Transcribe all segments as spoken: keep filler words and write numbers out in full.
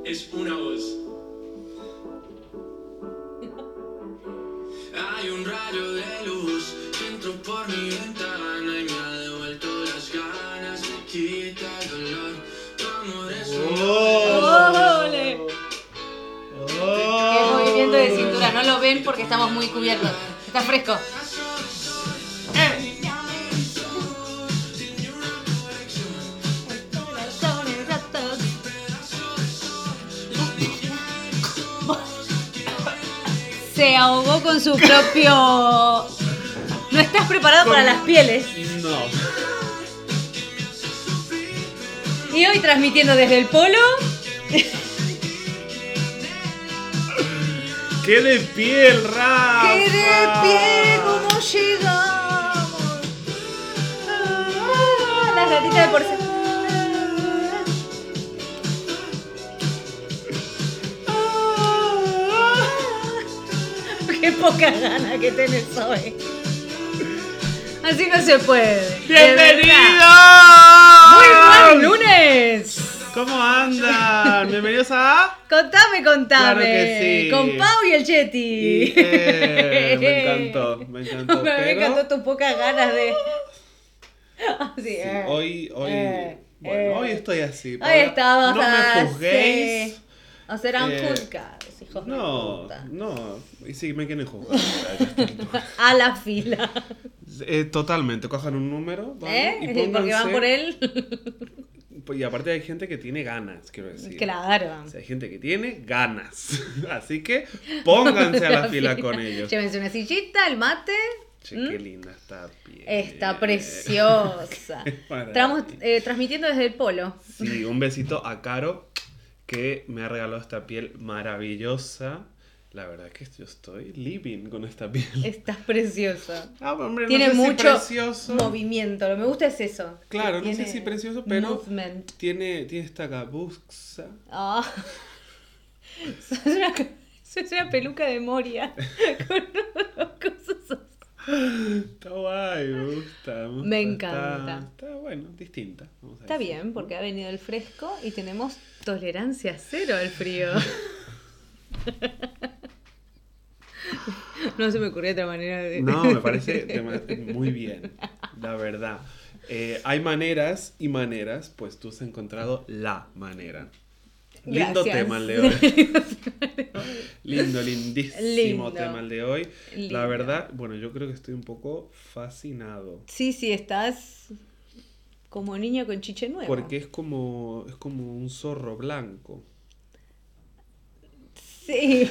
es una voz. Hay un rayo de luz que entró por mi ventana y me ha devuelto las ganas, me quita el dolor. Tu amor es un ¡Oh! ¡Ole! ¡Oh! ¡Qué movimiento de cintura! No lo ven porque estamos muy cubiertos. Está fresco. Se ahogó con su propio... No estás preparado con... para las pieles. No. Y hoy transmitiendo desde el polo. ¡Qué de piel, Rafa! ¡Qué de piel! ¿Cómo llegamos? Ah, las ratitas de porcelana. Qué poca gana que tenés hoy. Así no se puede. ¡Bienvenidos! ¡Muy buen lunes! ¿Cómo andan? Bienvenidos a... Contame, contame. Claro que sí. Con Pau y el Yeti. Y, eh, me encantó, me encantó. Me pero... encantó tus pocas ganas de... Así, Sí, eh. hoy, hoy, Eh, bueno, eh. hoy estoy así. Hoy Paula. estamos No me así. juzguéis. O serán Eh, juzgados, hijos de No, puta. no. Y sí, me quieren juzgar. A la fila. eh, totalmente, cojan un número, ¿vale? ¿Eh? Y Porque van pónganse- por él. Y aparte hay gente que tiene ganas, quiero decir. Claro. O sea, hay gente que tiene ganas. Así que pónganse a la fila con ellos. Llévense una sillita, el mate. Che, ¿Mm? qué linda está piel. Está preciosa. Maravilla. Estamos eh, transmitiendo desde el polo. Sí, un besito a Caro, que me ha regalado esta piel maravillosa. La verdad que yo estoy living con esta piel. Estás preciosa. Ah, hombre, Tiene no sé mucho si precioso. movimiento. Lo que me gusta es eso. Claro, que no sé tiene si precioso, pero movement. tiene, tiene esta gabuxa. Ah. Sos una, sos una peluca de Moria. Con unos cosas así. Está guay, me gusta. Me, gusta. Me encanta. Está, está bueno, distinta. Vamos a Está decir. bien, porque ha venido el fresco y tenemos tolerancia cero al frío. No se me ocurrió otra manera de... No, me parece dema- muy bien, la verdad. Eh, hay maneras y maneras, pues tú has encontrado la manera. Lindo Gracias. tema el de hoy. Lindo, lindísimo Lindo. tema el de hoy. Lindo. La verdad, bueno, yo creo que estoy un poco fascinado. Sí, sí, estás como niño con chiche nuevo. Porque es como, es como un zorro blanco. Sí,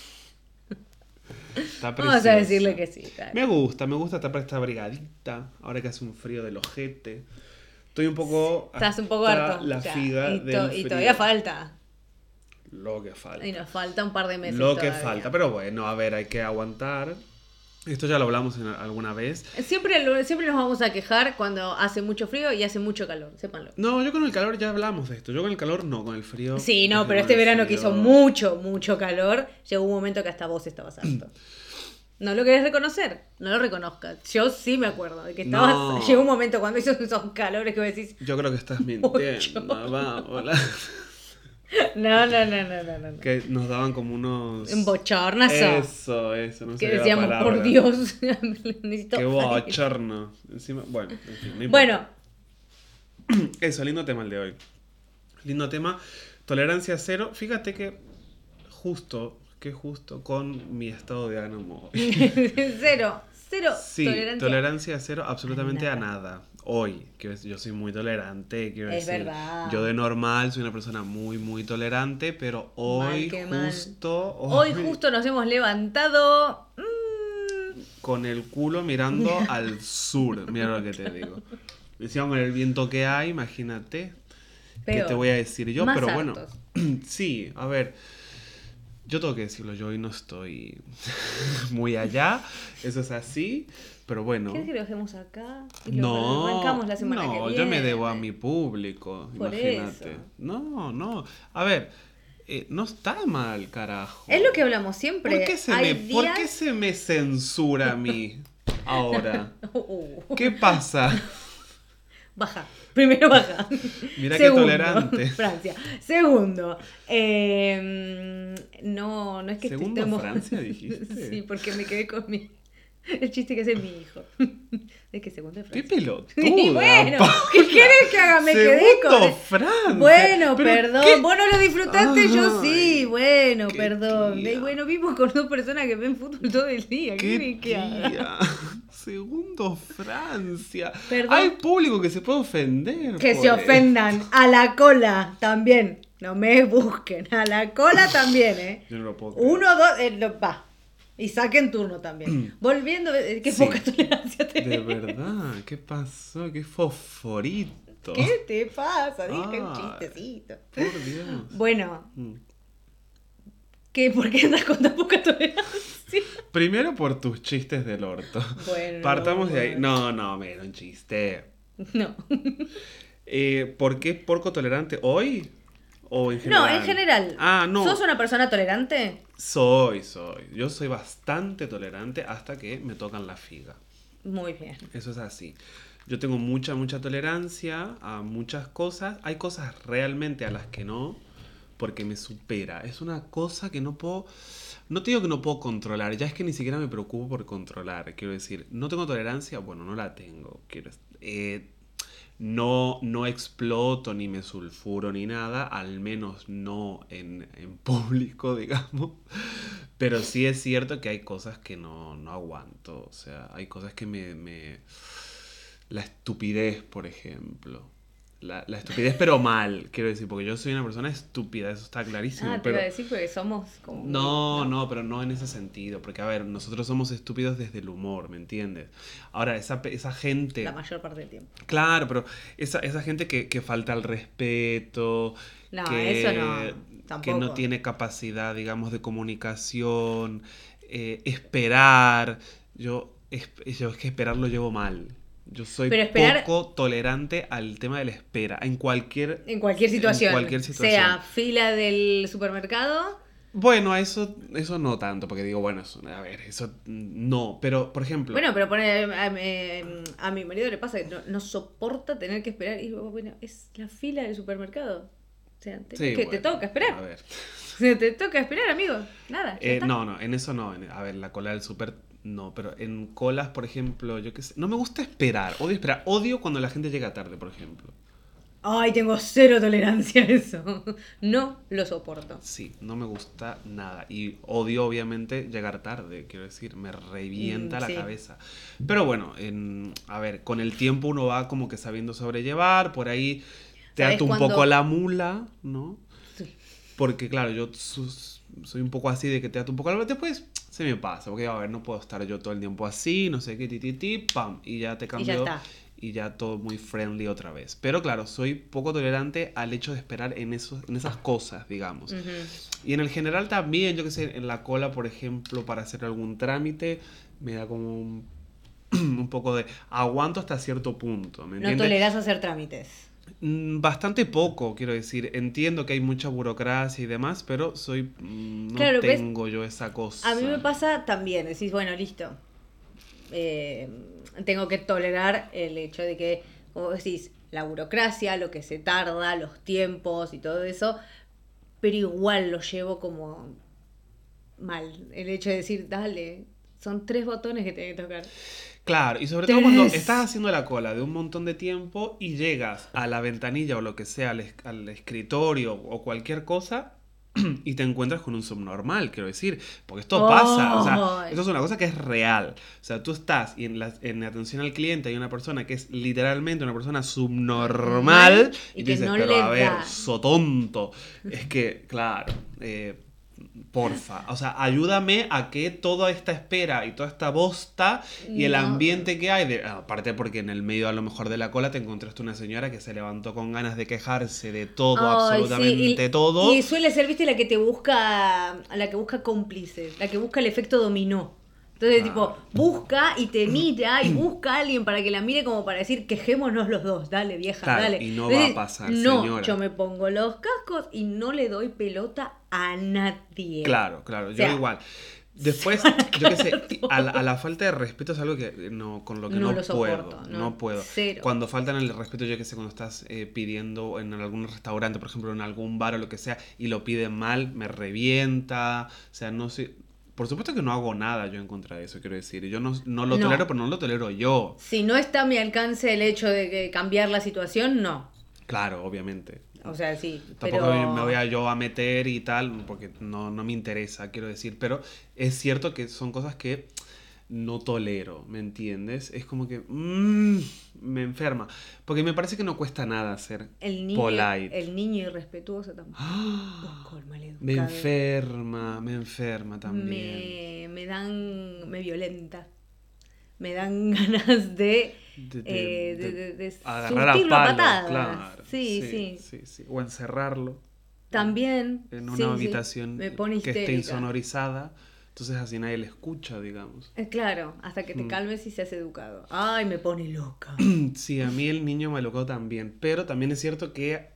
Está vamos a precioso. decirle que sí. Claro. Me gusta, me gusta estar para esta brigadita. Ahora que hace un frío del ojete. Estoy un poco. Estás un poco hasta harto. La ya. figa y, del to- y frío. todavía falta. Lo que falta. Y nos falta un par de meses Lo que todavía. falta. Pero bueno, a ver, hay que aguantar. Esto ya lo hablamos en alguna vez. Siempre, lo- siempre nos vamos a quejar cuando hace mucho frío y hace mucho calor, sépanlo. No, yo con el calor ya hablamos de esto. Yo con el calor no, con el frío. Sí, no, es pero con este el verano que frío. hizo mucho, mucho calor, llegó un momento que hasta vos estabas harto. ¿No lo querés reconocer? No lo reconozcas. Yo sí me acuerdo de que estabas... No. Llegó un momento cuando hizo esos calores que vos decís... Yo creo que estás mintiendo. Mucho. Va, hola. No, no, no, no, no, no. Que nos daban como unos. Un bochornazo. Eso, eso, no sé. Que decíamos, por Dios, necesito... Qué aire. bochorno. Encima, bueno, en fin, no importa. Bueno, Eso, lindo tema el de hoy. Lindo tema. Tolerancia cero. Fíjate que justo, que justo con mi estado de ánimo. cero, cero Sí, tolerancia. tolerancia cero absolutamente A a nada. nada. Hoy, que yo soy muy tolerante, quiero Es decir. verdad. Yo de normal soy una persona muy, muy tolerante, pero hoy Mal que mal. justo... Hoy justo nos hemos levantado... mm, con el culo mirando al sur, mira lo que te digo. Encima con el viento que hay, imagínate. ¿Qué Peor. te voy a decir yo? Más Pero bueno, hartos. sí, a ver, yo tengo que decirlo, yo hoy no estoy muy allá, eso es así, pero bueno. ¿Quieres que lo dejemos acá? Y lo No, arrancamos la semana no, que viene. yo me debo a mi público, Por imagínate. eso. No, no, a ver, eh, no está mal, carajo. Es lo que hablamos siempre. ¿Por qué se, Hay me, ¿por días- qué se me censura a mí ahora? Uh, ¿Qué pasa? Baja. Primero baja. Mirá qué tolerante. Francia. Segundo, eh, no, no es que ¿Segundo estemos... Francia dijiste? Sí, porque me quedé con mi... El chiste que hace mi hijo. Es que segundo es ¡Qué Francia. pelotuda! Y bueno, Paula! ¿qué querés que haga? Me quedé ¡Segundo con... Francia! Bueno, ¿Pero perdón, qué? vos no lo disfrutaste, yo sí, Ay, bueno, qué perdón. tía. Y bueno, vimos con dos personas que ven fútbol todo el día. ¿Qué, ¡Qué querés que haga? tía! Segundo Francia. Perdón. Hay público que se puede ofender. Que por se eso. ofendan a la cola también. No me busquen, a la cola también, ¿eh? Yo no lo puedo creer. Uno, dos, eh, lo- va. Y saquen turno también. Volviendo, eh, qué Sí. poca tolerancia De tenés. verdad, ¿qué pasó? ¡Qué fosforito! ¿Qué te pasa? Dije un Ay. chistecito. Por Dios. Bueno, Mm. ¿qué, ¿por qué andas con tan poca tolerancia? Primero por tus chistes del orto. Bueno, Partamos de ahí. bueno. No, no, me era un chiste. No. Eh, ¿Por qué poco tolerante hoy? ¿O en No, general? en general. Ah, no. ¿Sos una persona tolerante? Soy, soy. Yo soy bastante tolerante hasta que me tocan la figa. Muy bien. Eso es así. Yo tengo mucha, mucha tolerancia a muchas cosas. Hay cosas realmente a las que no, porque me supera. Es una cosa que no puedo... No te digo que no puedo controlar, ya es que ni siquiera me preocupo por controlar. Quiero decir, no tengo tolerancia, bueno, no la tengo. Quiero, eh, no, no exploto, ni me sulfuro, ni nada, al menos no en, en público, digamos. Pero sí es cierto que hay cosas que no, no aguanto. O sea, hay cosas que me... me... La estupidez, por ejemplo. La, la estupidez, pero mal, quiero decir, porque yo soy una persona estúpida, eso está clarísimo. Ah, te pero... iba a decir porque somos como... No, no, pero no en ese sentido, porque a ver, nosotros somos estúpidos desde el humor, ¿me entiendes? Ahora, esa, pe- esa gente... La mayor parte del tiempo. Claro, pero esa, esa gente que, que falta al respeto, No, que, eso no, que tampoco. no tiene capacidad, digamos, de comunicación, eh, esperar, yo, es, yo es que esperar lo llevo mal. Yo soy Pero esperar- poco tolerante al tema de la espera, en cualquier... En cualquier situación. En cualquier situación. Sea fila del supermercado. Bueno, a eso, eso no tanto, porque digo, bueno, eso, a ver, eso mm, no, pero por ejemplo... Bueno, pero pone, a, a- a mi marido le pasa que no, no soporta tener que esperar. Y digo, bueno, es la fila del supermercado. O sea, te, sí, que bueno, te toca esperar. A ver. O sea, te toca esperar, amigo. Nada. ya Eh, está. no, no, en eso no. en- a ver, la cola del súper, no. Pero en colas, por ejemplo, yo qué sé. No me gusta esperar. Odio esperar. Odio cuando la gente llega tarde, por ejemplo. Ay, tengo cero tolerancia a eso. No lo soporto. Sí, no me gusta nada. Y odio, obviamente, llegar tarde. Quiero decir, me revienta Mm, la sí. cabeza. Pero bueno, en, a ver, con el tiempo uno va como que sabiendo sobrellevar. Por ahí te ¿Sabes ato un cuándo? poco la mula, ¿no? Sí. Porque, claro, yo sus- soy un poco así de que te ato un poco la... Después se me pasa, porque, a ver, no puedo estar yo todo el tiempo así, no sé qué, ti, ti, ti, pam, y ya te Y cambio. ya está. Y ya todo muy friendly otra vez. Pero, claro, soy poco tolerante al hecho de esperar en, esos, en esas cosas, digamos. Ujú. Y en el general también, yo qué sé, en la cola, por ejemplo, para hacer algún trámite, me da como un, un poco de... Aguanto hasta cierto punto, ¿me No entiendes? tolerás hacer trámites. Mm, Bastante poco, quiero decir. Entiendo que hay mucha burocracia y demás, pero soy mm, no Claro, ¿ves? tengo yo esa cosa. A mí me pasa también, decís, bueno, listo. Eh, tengo que tolerar el hecho de que, como decís, la burocracia, lo que se tarda, los tiempos y todo eso, pero igual lo llevo como mal. El hecho de decir, dale, son tres botones que tenés que tocar. Claro, y sobre todo cuando Tres. estás haciendo la cola de un montón de tiempo y llegas a la ventanilla o lo que sea, al, es- al escritorio o cualquier cosa y te encuentras con un subnormal, quiero decir. Porque esto pasa, o sea, Ay. esto es una cosa que es real. O sea, tú estás y en, la, en atención al cliente hay una persona que es literalmente una persona subnormal Y y, que tú dices, no pero le a ver, da". sotonto. Es que, claro, eh, porfa, o sea, ayúdame a que toda esta espera y toda esta bosta y el No. ambiente que hay, de, aparte porque en el medio a lo mejor de la cola te encontraste una señora que se levantó con ganas de quejarse de todo, Ay, absolutamente sí, y- todo. Y suele ser, viste, la que te busca, la que busca cómplices, la que busca el efecto dominó. Entonces, Ah. tipo, busca y te mira y busca a alguien para que la mire como para decir, quejémonos los dos, dale vieja, Claro, dale. y no Entonces, va a pasar, no, señora. yo me pongo los cascos y no le doy pelota a nadie. Claro, claro, yo O sea, igual. Después, yo qué sé, a la, a la falta de respeto es algo que no, con lo que No no, lo puedo, soporto, no, no, puedo. cero. Cuando faltan el respeto, yo qué sé, cuando estás eh, pidiendo en algún restaurante, por ejemplo, en algún bar o lo que sea, y lo piden mal, me revienta, o sea, no sé... Por supuesto que no hago nada yo en contra de eso, quiero decir. Yo no, no lo No. tolero, pero no lo tolero yo. Si no está a mi alcance el hecho de que cambiar la situación, no. Claro, obviamente. O sea, sí. Tampoco pero... me voy a yo a meter y tal, porque no, no me interesa, quiero decir. Pero es cierto que son cosas que no tolero, ¿me entiendes? Es como que mmm, me enferma. Porque me parece que no cuesta nada ser El niño, polite. el niño irrespetuoso tampoco. Poco el maleducado. Me enferma, me enferma también. Me, me dan, me violenta. Me dan ganas de, De, de- eh, de, de de, de agarrar a surtirlo a palo, patadas. claro. Sí, sí, sí, sí. O encerrarlo También. en una sí, sí. habitación Me pone que esté histérica. insonorizada. Entonces así nadie le escucha, digamos. Eh, Claro, hasta que te Mm. calmes y seas educado. Ay, me pone loca. Sí, a mí el niño me alocó también. Pero también es cierto que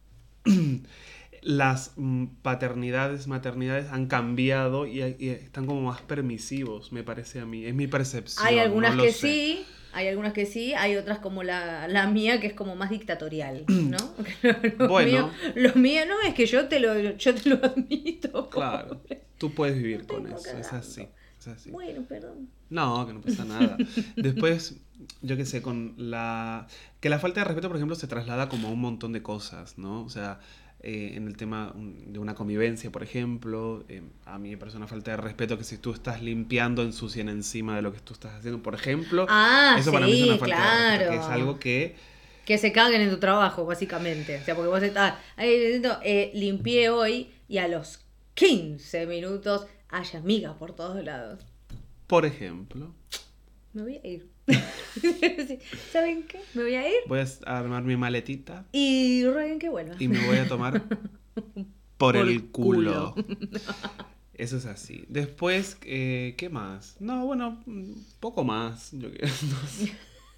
las mm, paternidades, maternidades han cambiado y, y están como más permisivos, me parece a mí. Es mi percepción. Hay algunas no lo que sé. sí, hay algunas que sí, hay otras como la, la mía que es como más dictatorial, ¿no? lo, Bueno. mío, lo mío no es que yo te lo, yo te lo admito. Claro, tú puedes vivir No con tengo eso, es cagando. así, es así. Bueno, perdón. No, que no pasa nada. Después, yo qué sé, con la... Que la falta de respeto, por ejemplo, se traslada como a un montón de cosas, ¿no? O sea, eh, en el tema mm, de una convivencia, por ejemplo, eh, a mí me parece una falta de respeto que si tú estás limpiando ensucien encima de lo que tú estás haciendo, por ejemplo. Ah, eso para mí es sí, una falta de respeto, que claro. es algo que... Que se caguen en tu trabajo, básicamente. O sea, porque vos estás, ahí diciendo, eh, limpié hoy y a los quince minutos hay amigas por todos lados. Por ejemplo, Me voy a ir. Sí, ¿saben qué? Me voy a ir voy a armar mi maletita y rueguen que vuelva. y me voy a tomar por, Por el culo. culo. Eso es así. Después, eh, ¿qué más? No, bueno, mm, poco más. Yo que- no sé.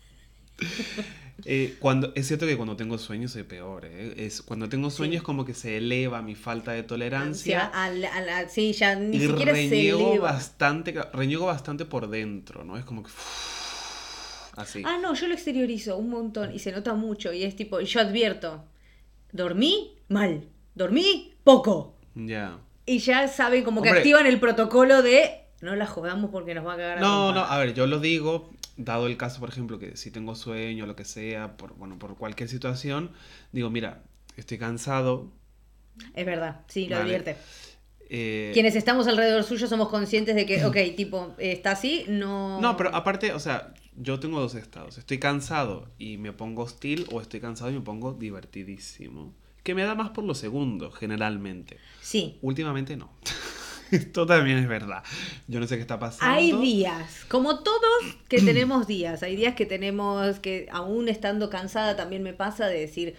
Eh, cuando, es cierto que cuando tengo sueño soy peor, ¿eh? Es, cuando tengo sueño Sí. es como que se eleva mi falta de Ansia, tolerancia a la- a la- sí, ya ni y siquiera se reniego eleva. bastante, reniego bastante por dentro, ¿no? Es como que... uff, así. Ah, no, yo lo exteriorizo un montón y se nota mucho y es tipo, yo advierto, dormí mal, dormí poco. Ya. Y ya saben como que Hombre. activan el protocolo de no la jodamos porque nos va a cagar a No, no, trompada. a ver, yo lo digo, dado el caso, por ejemplo, que si tengo sueño o lo que sea, por, bueno, por cualquier situación, digo, mira, estoy cansado. Es verdad, sí, lo Vale. advierte. eh, Quienes estamos alrededor suyo somos conscientes de que, ok, tipo, está así, no... No, pero aparte, o sea, yo tengo dos estados. Estoy cansado y me pongo hostil o estoy cansado y me pongo divertidísimo. Que me da más por lo segundo, generalmente. Sí. Últimamente no. Esto también es verdad. Yo no sé qué está pasando. Hay días, como todos que tenemos días, hay días que tenemos que, aún estando cansada, también me pasa de decir,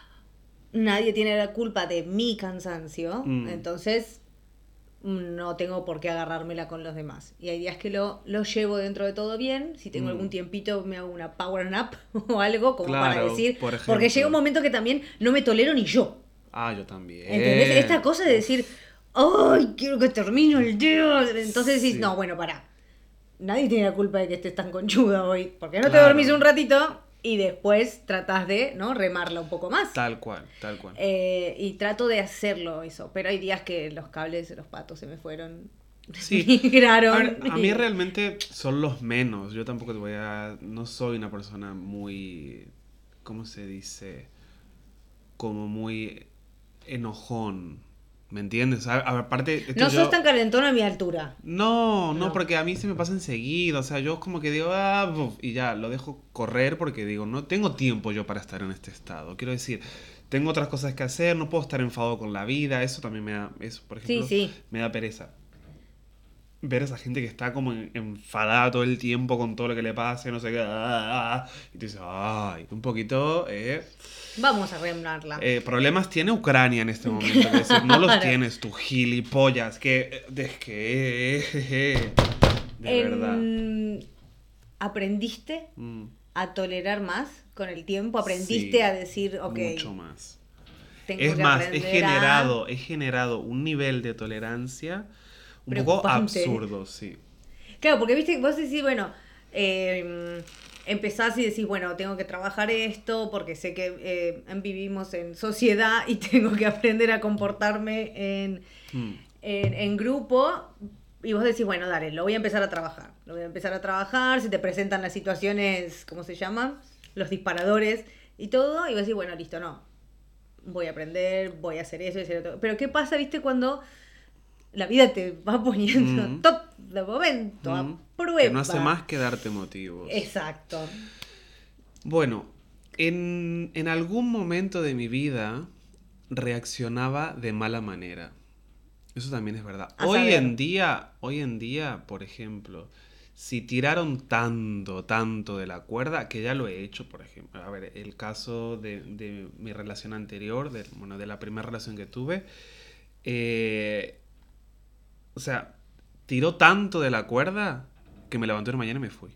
nadie tiene la culpa de mi cansancio, Mm. entonces no tengo por qué agarrármela con los demás. Y hay días que lo, lo llevo dentro de todo bien, si tengo Mm. algún tiempito me hago una power nap o algo como para Claro, decir, por ejemplo. porque llega un momento que también no me tolero ni yo. Ah, yo también. ¿Entendés? Esta cosa de decir, ¡ay, quiero que termine el día! Entonces decís, Sí. no, bueno, pará. Nadie tiene la culpa de que estés tan conchuda hoy. Porque no te Claro. dormís un ratito y después tratás de, ¿no? Remarla un poco más. Tal cual, tal cual. Eh, y trato de hacerlo eso. Pero hay días que los cables de los patos se me fueron. Sí. Migraron. A, ver, a mí realmente son los menos. Yo tampoco te voy a... No soy una persona muy... ¿Cómo se dice? Como muy enojón. ¿Me entiendes? A- a- aparte... esto No yo- sos tan calentón a mi altura. No, no, No. porque a mí se me pasa enseguida. O sea, yo como que digo, ah, buf, y ya, lo dejo correr porque digo, no tengo tiempo yo para estar en este estado. Quiero decir, tengo otras cosas que hacer, no puedo estar enfadado con la vida. Eso también me da, eso, por ejemplo, Sí, sí. me da pereza. Ver a esa gente que está como en- enfadada todo el tiempo con todo lo que le pase, no sé qué. ah, ah, ah, y tú dices, ay, un poquito, eh. Vamos a remarla. Eh, problemas tiene Ucrania en este momento. Es decir, no los Claro. tienes tú, gilipollas. Que, es que, eh, jeje, de En- verdad. ¿Aprendiste Mm, a tolerar más con el tiempo? ¿Aprendiste sí, a decir, ok, mucho más. tengo Es que más, he aprender generado, a... he generado un nivel de tolerancia Un poco preocupante. absurdo, sí. Claro, porque viste, vos decís, bueno, eh, empezás y decís, bueno, tengo que trabajar esto porque sé que eh, vivimos en sociedad y tengo que aprender a comportarme en, Mm. en, en grupo. Y vos decís, bueno, dale, lo voy a empezar a trabajar. Lo voy a empezar a trabajar, se te presentan las situaciones, ¿cómo se llaman? Los disparadores y todo. Y vos decís, bueno, listo, no. Voy a aprender, voy a hacer eso y hacer otro. Pero ¿qué pasa, viste, cuando la vida te va poniendo Mm. todo de momento Mm. a prueba? Que no hace más que darte motivos. Exacto. Bueno, en, en algún momento de mi vida reaccionaba de mala manera. Eso también es verdad. A Hoy saber. en día, hoy en día, por ejemplo, si tiraron tanto, tanto de la cuerda, que ya lo he hecho, por ejemplo. A ver, el caso de, de mi relación anterior, de, bueno, de la primera relación que tuve, eh, o sea, tiró tanto de la cuerda que me levanté una mañana y me fui.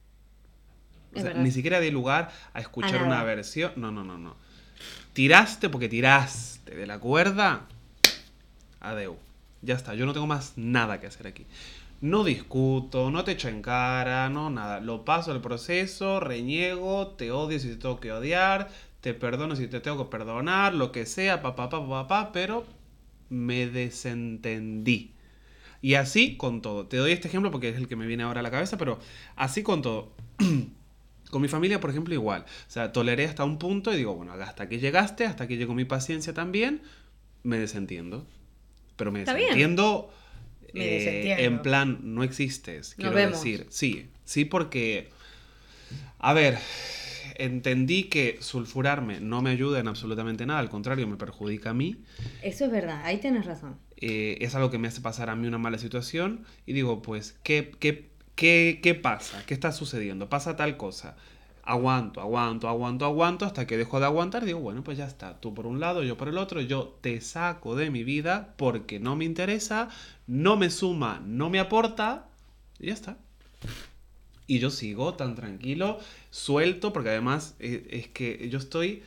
O Es sea, verdad. ni siquiera di lugar a escuchar A una nada. versión. No, no, no, no. Tiraste porque tiraste de la cuerda. Adeu. Ya está, yo no tengo más nada que hacer aquí. No discuto, no te echo en cara, no nada. Lo paso el proceso, reniego, te odio si te tengo que odiar, te perdono si te tengo que perdonar, lo que sea, papá, papá, papá, pero me desentendí. Y así con todo. Te doy este ejemplo porque es el que me viene ahora a la cabeza, pero así con todo. Con mi familia, por ejemplo, igual. O sea, toleré hasta un punto y digo, bueno, hasta que llegaste, hasta que llegó mi paciencia también, me desentiendo. Pero me Está bien. desentiendo, Me eh, desentiendo. en plan, no existes, Nos quiero vemos. decir. Sí, sí, porque, a ver, entendí que sulfurarme no me ayuda en absolutamente nada, al contrario, me perjudica a mí. Eso es verdad, ahí tenés razón. Eh, es algo que me hace pasar a mí una mala situación y digo, pues, ¿qué, qué, qué, qué pasa? ¿Qué está sucediendo? Pasa tal cosa. Aguanto, aguanto, aguanto, aguanto hasta que dejo de aguantar. Digo, bueno, pues ya está. Tú por un lado, yo por el otro. Yo te saco de mi vida porque no me interesa, no me suma, no me aporta y ya está. Y yo sigo tan tranquilo, suelto, porque además eh, es que yo estoy...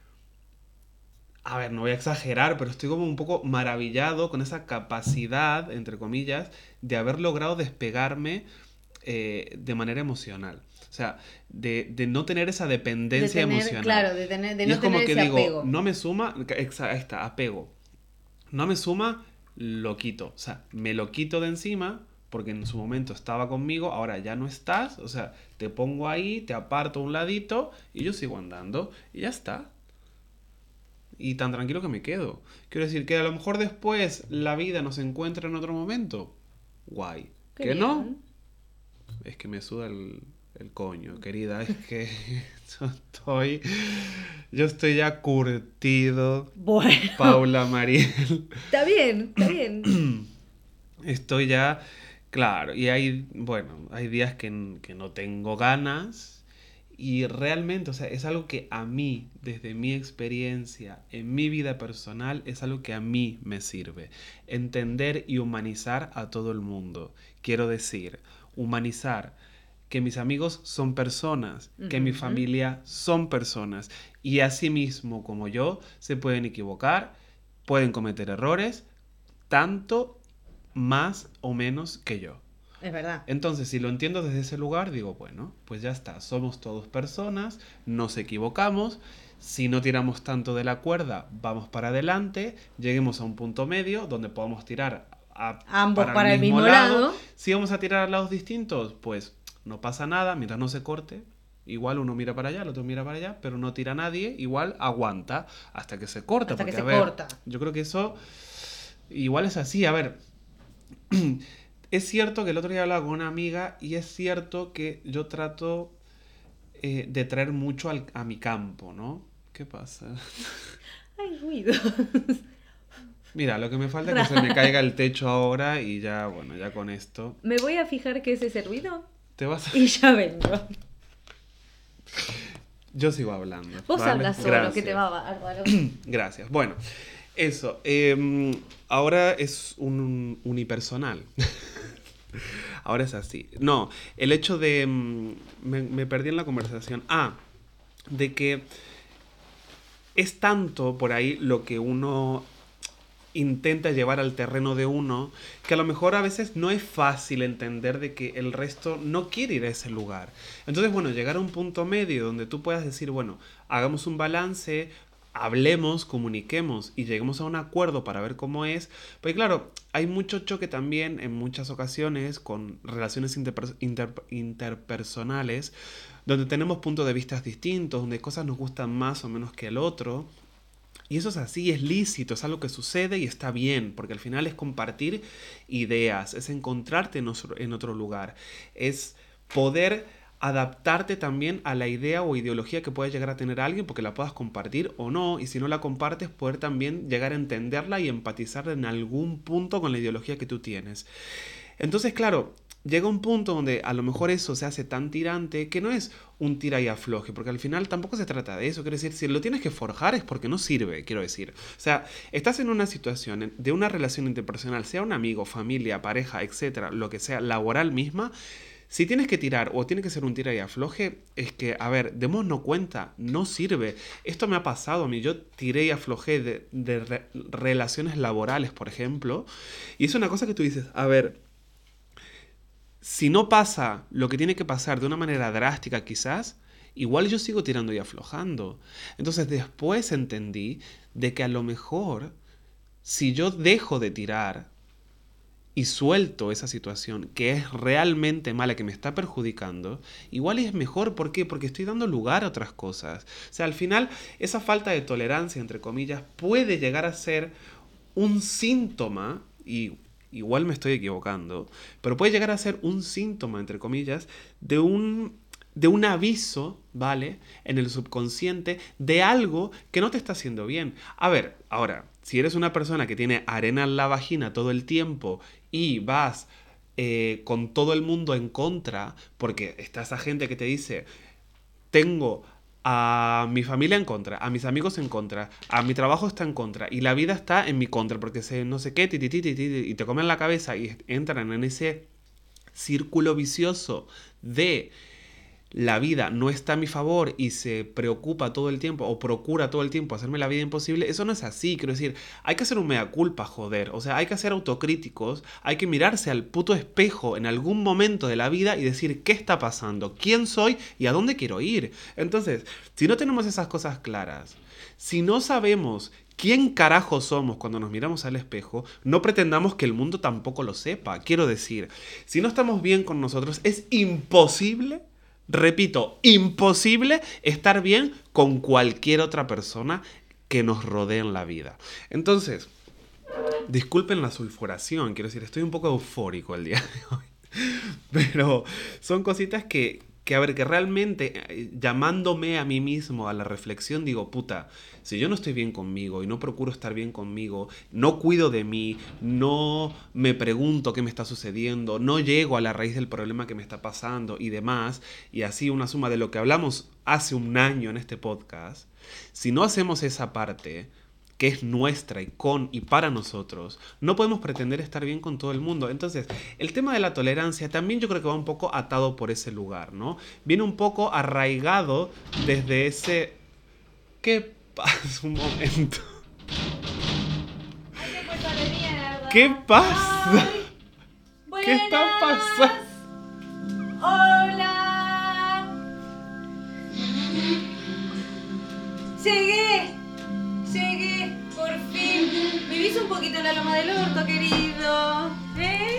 A ver, no voy a exagerar, pero estoy como un poco maravillado con esa capacidad, entre comillas, de haber logrado despegarme eh, de manera emocional. O sea, de, de no tener esa dependencia de tener, emocional. Claro, de, tener, de y no es como tener que ese digo, apego. no me suma, exa- ahí está, apego. No me suma, lo quito. O sea, me lo quito de encima porque en su momento estaba conmigo, ahora ya no estás. O sea, te pongo ahí, te aparto a un ladito y yo sigo andando y ya está. Y tan tranquilo que me quedo. Quiero decir que a lo mejor después la vida nos encuentra en otro momento. Guay. Qué ¿Que bien. no? Es que me suda el, el coño, querida. Es que yo estoy... Yo estoy ya curtido. Bueno, Paula Mariel. está bien, está bien. Estoy ya... Claro, y hay... Bueno, hay días que, que no tengo ganas... Y realmente, o sea, es algo que a mí, desde mi experiencia, en mi vida personal, es algo que a mí me sirve. Entender y humanizar a todo el mundo. Quiero decir, humanizar que mis amigos son personas, que mi Ujú. familia son personas. Y asimismo como yo, se pueden equivocar, pueden cometer errores, tanto más o menos que yo. Es verdad. Entonces, si lo entiendo desde ese lugar, digo, bueno, pues ya está, somos todos personas, nos equivocamos, si no tiramos tanto de la cuerda, vamos para adelante, lleguemos a un punto medio donde podamos tirar a, Ambos para el mismo lado. Si vamos a tirar a lados distintos, pues no pasa nada, mientras no se corte. Igual uno mira para allá, el otro mira para allá, pero no tira a nadie, igual aguanta hasta que se corta. Hasta que porque, se a ver, corta. yo creo que eso igual es así, a ver... Es cierto que el otro día hablaba con una amiga y es cierto que yo trato eh, de traer mucho al, a mi campo, ¿no? ¿Qué pasa? Hay ruido. Mira, lo que me falta es que se me caiga el techo ahora y ya, bueno, ya con esto. Me voy a fijar qué es ese ruido Te vas a... y ya vengo. Yo sigo hablando. Vos ¿vale? hablas solo, Gracias. que te va bárbaro. Gracias. Bueno, eso. eh, ahora es un unipersonal. Ahora es así. No, el hecho de... mm, Me, me perdí en la conversación. Ah, de que es tanto por ahí lo que uno intenta llevar al terreno de uno, que a lo mejor a veces no es fácil entender de que el resto no quiere ir a ese lugar. Entonces, bueno, llegar a un punto medio donde tú puedas decir, bueno, hagamos un balance, hablemos, comuniquemos y lleguemos a un acuerdo para ver cómo es. Porque claro, hay mucho choque también en muchas ocasiones con relaciones interper- inter- interpersonales, donde tenemos puntos de vista distintos, donde cosas nos gustan más o menos que el otro. Y eso es así, es lícito, es algo que sucede y está bien, porque al final es compartir ideas, es encontrarte en otro, en otro lugar, es poder adaptarte también a la idea o ideología que pueda llegar a tener alguien, porque la puedas compartir o no, y si no la compartes, poder también llegar a entenderla y empatizar en algún punto con la ideología que tú tienes. Entonces, claro, llega un punto donde a lo mejor eso se hace tan tirante que no es un tira y afloje, porque al final tampoco se trata de eso. Quiero decir, si lo tienes que forjar es porque no sirve, quiero decir. O sea, estás en una situación de una relación interpersonal, sea un amigo, familia, pareja, etcétera, lo que sea, laboral misma. Si tienes que tirar o tiene que ser un tira y afloje, es que, a ver, démonos cuenta, no sirve. Esto me ha pasado a mí, yo tiré y aflojé de, de re- relaciones laborales, por ejemplo, y es una cosa que tú dices, a ver, si no pasa lo que tiene que pasar de una manera drástica quizás, igual yo sigo tirando y aflojando. Entonces después entendí de que a lo mejor si yo dejo de tirar y suelto esa situación que es realmente mala, que me está perjudicando, igual es mejor. ¿Por qué? Porque estoy dando lugar a otras cosas. O sea, al final esa falta de tolerancia, entre comillas, puede llegar a ser un síntoma, y igual me estoy equivocando, pero puede llegar a ser un síntoma, entre comillas, de un, de un aviso, ¿vale? En el subconsciente de algo que no te está haciendo bien. A ver, ahora, si eres una persona que tiene arena en la vagina todo el tiempo y vas eh, con todo el mundo en contra, porque está esa gente que te dice, tengo a mi familia en contra, a mis amigos en contra, a mi trabajo está en contra y la vida está en mi contra porque sé no sé qué, ti, ti, ti, ti, ti, y te comen la cabeza y entran en ese círculo vicioso de la vida no está a mi favor y se preocupa todo el tiempo o procura todo el tiempo hacerme la vida imposible. Eso no es así, quiero decir, hay que hacer un mea culpa, joder. O sea, hay que ser autocríticos, hay que mirarse al puto espejo en algún momento de la vida y decir qué está pasando, quién soy y a dónde quiero ir. Entonces, si no tenemos esas cosas claras, si no sabemos quién carajo somos cuando nos miramos al espejo, no pretendamos que el mundo tampoco lo sepa. Quiero decir, si no estamos bien con nosotros, es imposible, repito, imposible estar bien con cualquier otra persona que nos rodee en la vida. Entonces, disculpen la sulfuración, quiero decir, estoy un poco eufórico el día de hoy. Pero son cositas que, que, a ver, que realmente eh, llamándome a mí mismo a la reflexión, digo, puta, si yo no estoy bien conmigo y no procuro estar bien conmigo, no cuido de mí, no me pregunto qué me está sucediendo, no llego a la raíz del problema que me está pasando y demás, y así una suma de lo que hablamos hace un año en este podcast, si no hacemos esa parte que es nuestra y con y para nosotros, no podemos pretender estar bien con todo el mundo. Entonces, el tema de la tolerancia también yo creo que va un poco atado por ese lugar, ¿no? Viene un poco arraigado desde ese... ¿Qué pasa? Un momento. Ay, qué puerta de mierda. ¿Qué pasa? Ay, ¿Qué está pasando? Hola. Llegué. Llegué, por fin. Vivís un poquito en la loma del orto, querido. ¿Eh?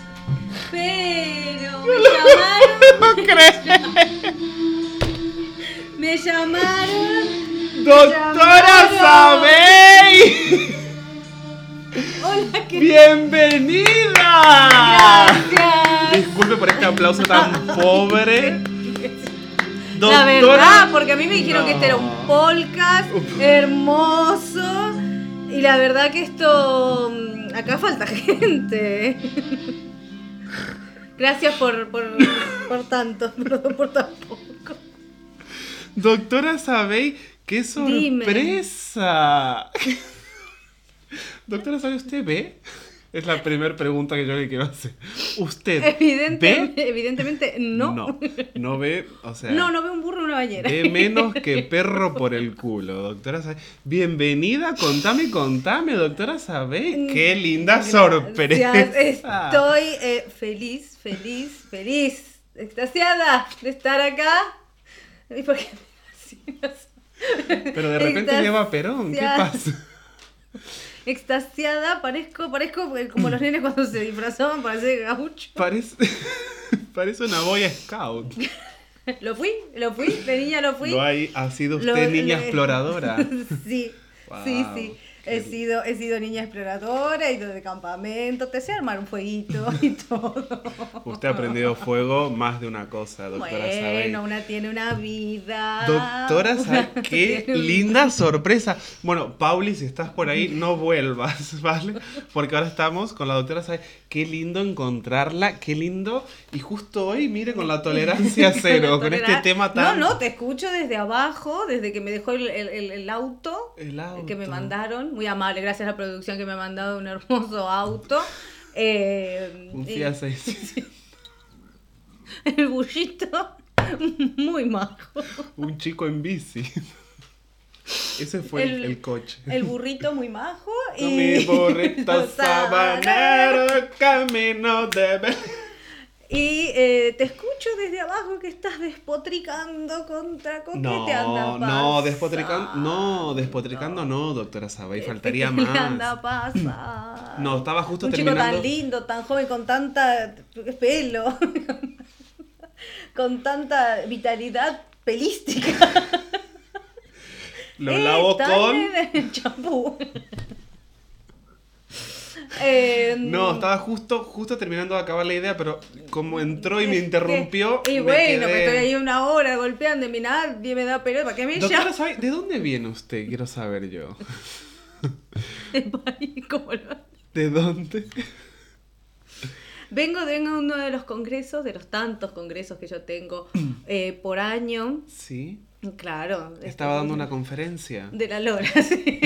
Pero me llamaron. No crees. Me llamaron. ¡Doctora Sabey! Hola, ¿qué ¡Bienvenida! Gracias. Disculpe por este aplauso tan pobre. La verdad, porque a mí me dijeron No. que este era un podcast hermoso. Y la verdad que esto... mm, acá falta gente. Gracias por, por, por tanto, perdón por tan poco. Doctora Sabey, ¡qué Dime. sorpresa! Doctora Sabey, ¿usted ve? Es la primera pregunta que yo le quiero hacer. Usted Evidente- ve... Evidentemente no. No, no ve, o sea... No, no veo un burro en una bañera. Ve menos que perro por el culo, doctora Sabé. Bienvenida, contame, contame, doctora Sabé. Qué linda Gracias. sorpresa. Estoy eh, feliz, feliz, feliz, extasiada de estar acá. ¿Y por qué me así? Pero de repente Extasiada. lleva Perón, ¿qué pasa? Extasiada, parezco, parezco como los nenes cuando se disfrazaban para ser gaucho. Parece, parece una boy scout. Lo fui, lo fui, de niña lo fui. Lo hay, ha sido usted Lo- niña lo- exploradora. Sí, Wow, sí, sí. He qué- sido, he sido niña exploradora, he ido de campamento, te sé armar un fueguito y todo. Usted ha prendido fuego más de una cosa, doctora Sabé. Bueno, una tiene una vida. Doctora Sabé, Una qué tiene un- linda sorpresa. Bueno, Pauli, si estás por ahí, no vuelvas, ¿vale? Porque ahora estamos con la doctora Sabé. Qué lindo encontrarla, qué lindo. Y justo hoy, mire, con la tolerancia cero, con este Tolera- tema tan... No, no, te escucho desde abajo, desde que me dejó el, el- el- el auto, El auto. que me mandaron. Muy amable, gracias a la producción que me ha mandado un hermoso auto. Eh, Un y- Fiat seiscientos. El bullito, muy majo. Un chico en bici. Ese fue el, El- el coche. El burrito muy majo. Con Y mi burrito los sabanero, camino de... Be- Y eh, te escucho desde abajo que estás despotricando contra... ¿Con No, qué te anda no, despotricando, no, despotricando no, doctora Sabé, faltaría ¿Qué le más. anda pasando? No, estaba justo Un chico terminando. tan lindo, tan joven, con tanta pelo, con tanta vitalidad pelística. Lo Eh, lavo tan con... en el champú. Eh, No, estaba justo, justo terminando de acabar la idea, pero como entró y me es que- interrumpió, Y me bueno, quedé... pero estoy ahí una hora golpeando y mira, nadie me da pelota. ¿Para qué me Doctora llama? Sabé, ¿de dónde viene usted? Quiero saber yo. ¿Cómo lo- ¿De dónde? Vengo, vengo a uno de los congresos, de los tantos congresos que yo tengo eh, por año. Sí, Claro. estaba este, dando una conferencia. De la Lora, sí.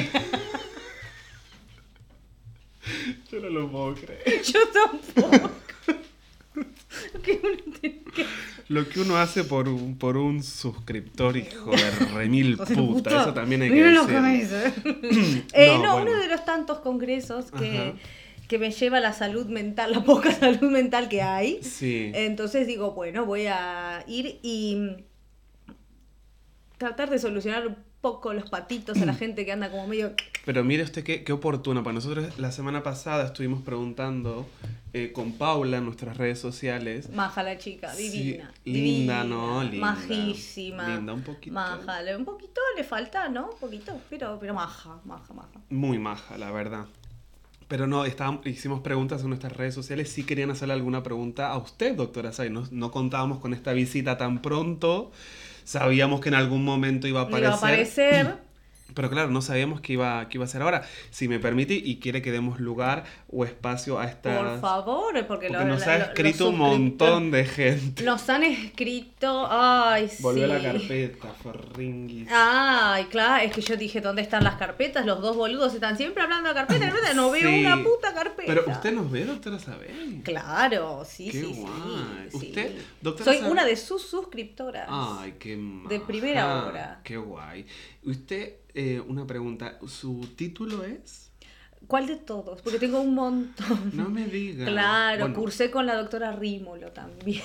Yo no lo puedo creer. Yo tampoco. Que uno tiene que- Lo que uno hace por un, por un suscriptor, hijo de remil Hijo de puta, puta. eso también hay que Mira lo que decirlo. me dice. Eh, No, no, bueno. uno de los tantos congresos que, Ajá. que me lleva la salud mental, la poca salud mental que hay. Sí. Entonces digo, bueno, voy a ir y tratar de solucionar un poco los patitos a la gente que anda como medio... Pero mire usted qué, qué oportuno. Para nosotros la semana pasada estuvimos preguntando eh, con Paula en nuestras redes sociales. Maja la chica, Sí, divina. linda, divina, ¿no? Linda. Majísima. Linda, un poquito. Maja, le- un poquito le falta, ¿no? Un poquito, pero, pero maja, maja, maja. Muy maja, la verdad. Pero no, estábamos, hicimos preguntas en nuestras redes sociales. Si querían hacerle alguna pregunta a usted, doctora Sabé. No, no contábamos con esta visita tan pronto. Sabíamos que en algún momento iba a Le iba a aparecer. aparecer. Pero claro, no sabíamos qué iba, qué iba a ser ahora. Si me permite y quiere que demos lugar o espacio a estas... Por favor, porque, Porque lo- nos la- ha lo- escrito los un montón de gente. Nos han escrito, ay, Volvió sí. a la carpeta, Forringuis. Ay, claro, es que yo dije, ¿dónde están las carpetas? Los dos boludos están siempre hablando de carpeta, carpeta, no veo Sí. una puta carpeta. Pero usted nos ve, doctora Sabé. Claro, sí, Qué sí, guay. sí, sí. ¿Usted, doctora Soy Sabé? una de sus suscriptoras. Ay, qué maja. De primera hora. Qué guay. Usted, eh, una pregunta. ¿Su título es? ¿Cuál de todos? Porque tengo un montón. No me diga. Claro, Bueno, cursé con la doctora Rímolo también.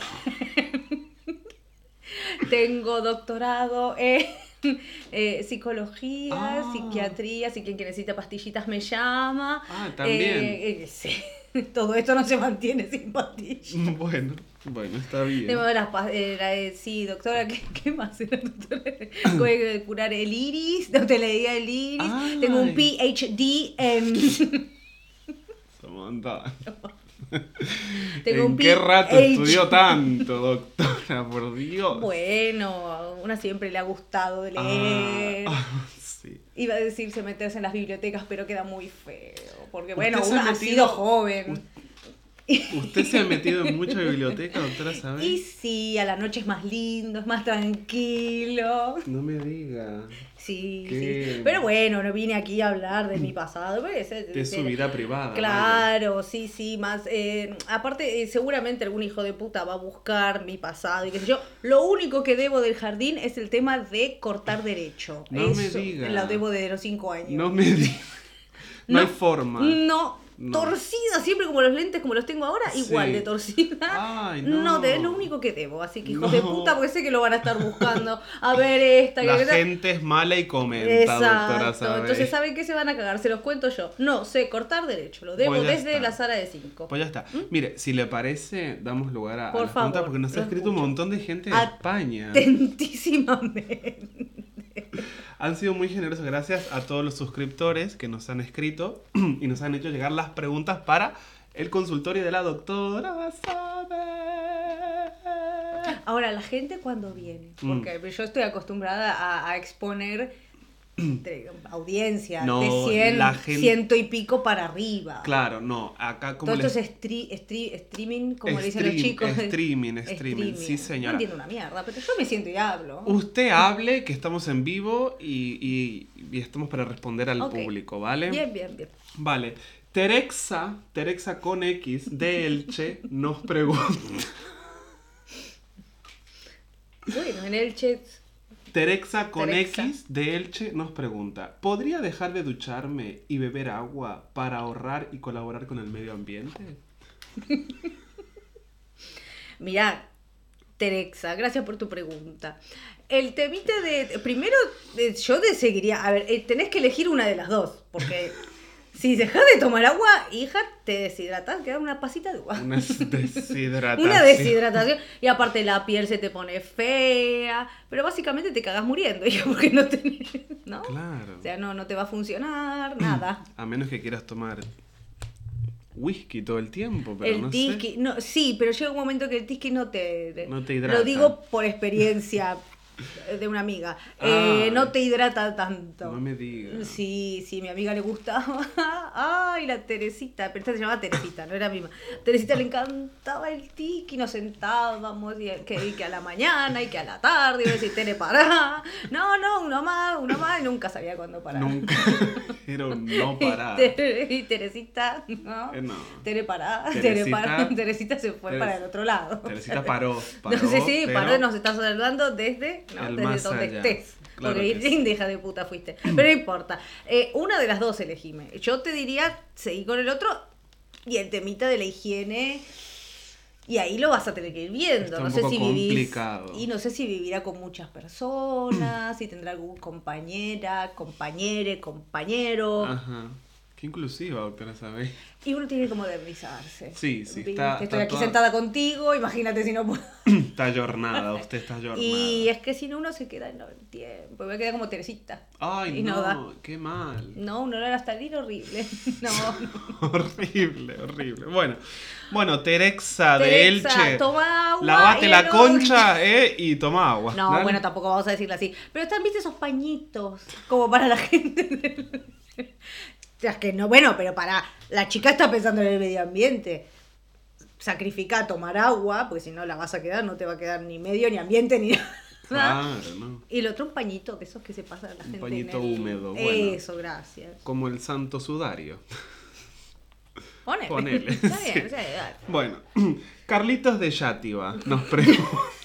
Tengo doctorado en eh, psicología, Ah. psiquiatría, si quien que necesita pastillitas me llama. Ah, también. Eh, eh, sí. Todo esto no se mantiene sin pastillas. Bueno, bueno, está bien. Tengo las pa- eh, la, eh, sí, doctora, ¿qué, qué más era doctora? Puede curar el iris, no te leía el iris. Ay. Tengo un P H D en... Somos andadas. Tengo ¿En un qué P rato H D? estudió tanto, doctora? Por Dios. Bueno, a una siempre le ha gustado de leer. Ah, ah, sí. Iba a decirse meterse en las bibliotecas, pero queda muy feo. Porque bueno, ¿Usted se uno ha ha metido- sido joven. ¿Usted se ha metido en mucha biblioteca, doctora Sabel? Y sí, a la noche es más lindo, es más tranquilo. No me diga. Sí, Qué- sí. Pero bueno, no vine aquí a hablar de mi pasado. pues, es- De es- su vida privada. Claro, sí, sí, más. eh, aparte, eh, seguramente algún hijo de puta va a buscar mi pasado y qué sé yo. Lo único que debo del jardín es el tema de cortar derecho. No me Eso diga. lo debo desde los cinco años. No me diga. No, hay forma. No, No. torcida, siempre como los lentes como los tengo ahora, Sí. igual de torcida. Ay, no. No, te- es lo único que debo. Así que hijos No. de puta, porque sé que lo van a estar buscando. A ver esta, La que esta. gente es mala y comenta, doctora Exacto, Sabel. entonces ¿saben qué se van a cagar? Se los cuento yo. No sé cortar derecho, lo debo Pues ya desde está. la sala de cinco. Pues ya está. Mire, si le parece, damos lugar a, a Por las preguntas favor, porque nos ha lo escrito un escucho. montón de gente de A- España. Atentísimamente. Han sido muy generosos. Gracias a todos los suscriptores que nos han escrito y nos han hecho llegar las preguntas para el consultorio de la doctora Sabel. Ahora, la gente cuando viene, Mm. porque yo estoy acostumbrada a, a exponer de- audiencia No, de cien, la gente- ciento y pico para arriba. Claro, no, acá como Todo esto les... es stre- stre- streaming, como le dicen los Stream- chicos. streaming, streaming, sí, No señora. entiendo una mierda, pero yo me siento y hablo. Usted hable, que estamos en vivo y, y- y estamos para responder al Ok. público, ¿vale? Bien, bien, bien. Vale. Terexa, Terexa con X, de Elche, nos pregunta... Bueno, en el chat. Terexa con Terexa. X, de Elche, nos pregunta... ¿Podría dejar de ducharme y beber agua para ahorrar y colaborar con el medio ambiente? Mirá, Terexa, gracias por tu pregunta. El temita de. Primero, eh, yo te seguiría. A ver, eh, tenés que elegir una de las dos. Porque si dejas de tomar agua, hija, te deshidratas, queda una pasita de agua. Una deshidratación. Una deshidratación. Y aparte la piel se te pone fea. Pero básicamente te cagas muriendo, hija, porque no tenés. ¿No? Claro. O sea, no, no te va a funcionar, nada. A menos que quieras tomar whisky todo el tiempo, pero El no tisqui, sé. no, sí, pero llega un momento que el tisqui no te... No te hidrata. Lo digo por experiencia de una amiga. Ah. Eh, no te hidrata tanto. No me digas. Sí, sí, mi amiga le gustaba. Ay, la Teresita, pero esta se llamaba Teresita, no era misma. Teresita le encantaba el tiki, nos sentábamos y que, y que a la mañana y que a la tarde, y yo decía, Tere, pará. No, no, uno más, uno más, y nunca sabía cuándo parar. Nunca. Era un no parar. Y Tere- y Teresita, ¿no? Eh, no. Tere pará, Tere Teresita- pará. Teresita se fue Teres- para el otro lado. Teresita paró. paró no sé si pero paró, nos estás saludando desde, ¿no? el desde más donde allá. estés. Claro Porque que sí. hija de puta fuiste. Pero no importa. Eh, una de las dos elegime. Yo te diría, seguí con el otro y el temita de la higiene. Y ahí lo vas a tener que ir viendo. Está no un sé poco si vivís. complicado. Y no sé si vivirá con muchas personas, si tendrá algún compañera, compañere, compañero. Ajá. Qué inclusiva, doctora Sabel. Y uno tiene que modernizarse. Sí, sí, ¿Viste? está- Estoy está aquí toda- sentada contigo, imagínate si no puedo. Está ayornada, usted está ayornada. Y es que si no uno se queda en el tiempo, me queda como Teresita. Ay, y no no, da. qué mal. No, un olor hasta el horrible. No. Horrible, horrible. Bueno, bueno, Terexa de Terexa, Elche. toma agua. Lavate y la el- concha, eh, y toma agua. No, Dale. bueno, tampoco vamos a decirle así. Pero están, viste, esos pañitos, como para la gente del... O sea, es que no, bueno, pero para... La chica está pensando en el medio ambiente. Sacrifica tomar agua, porque si no la vas a quedar, no te va a quedar ni medio, ni ambiente, ni nada. Claro, ¿no? Y el otro un pañito, de esos que se pasa a la Un gente. pañito en el- húmedo, bueno. Eso, gracias. Como el santo sudario. Ponele. Ponele, Está sí. bien, o sea, dale. Bueno, Carlitos de Yativa nos pregunta.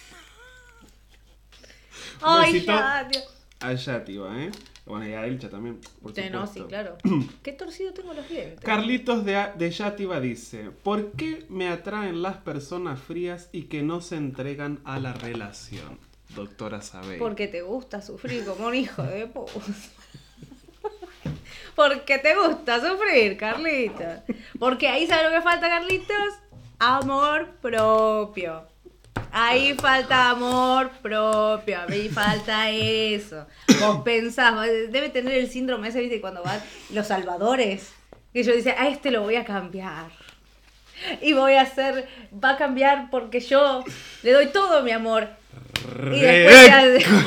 Un Ay, besito ya, Dios. a Yativa, ¿eh? Bueno, y a Elcha también, por Sí, no, supuesto. sí, claro. Qué torcido tengo los dientes. Carlitos de, de Yativa dice: ¿por qué me atraen las personas frías y que no se entregan a la relación? Doctora Sabel. Porque te gusta sufrir como un hijo de puta. Porque te gusta sufrir, Carlitos. Porque ahí, ¿sabes lo que falta, Carlitos? Amor propio. Ahí falta amor propio, ahí falta eso. Vos pensás, debe tener el síndrome ese, ¿viste? Cuando van los salvadores, que ellos dicen, a este lo voy a cambiar. Y voy a hacer, va a cambiar porque yo le doy todo mi amor. Y después ya...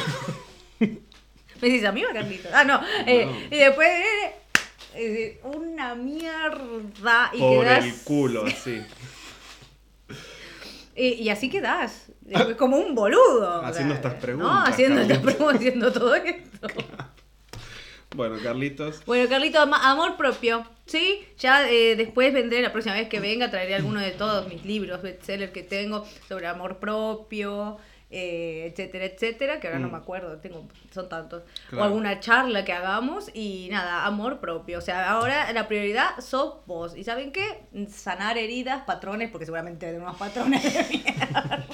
Me dices, a mí va, Carlitos. Ah, no. Eh, No. y después... eh, eh, una mierda. Y Por quedás... el culo, sí. Y, y así quedás, después como un boludo. Haciendo o sea, estas preguntas, No, haciendo estas Carlitos. preguntas, haciendo todo esto. Bueno, Carlitos. Bueno, Carlito, ama- amor propio, ¿sí? Ya eh, después vendré, la próxima vez que venga, traeré alguno de todos mis libros bestseller que tengo sobre amor propio, eh, etcétera, etcétera, que ahora no Mm. me acuerdo, tengo son tantos. Claro. O alguna charla que hagamos y nada, amor propio. O sea, ahora la prioridad sos vos. ¿Y saben qué? Sanar heridas, patrones, porque seguramente de unos patrones de mierda.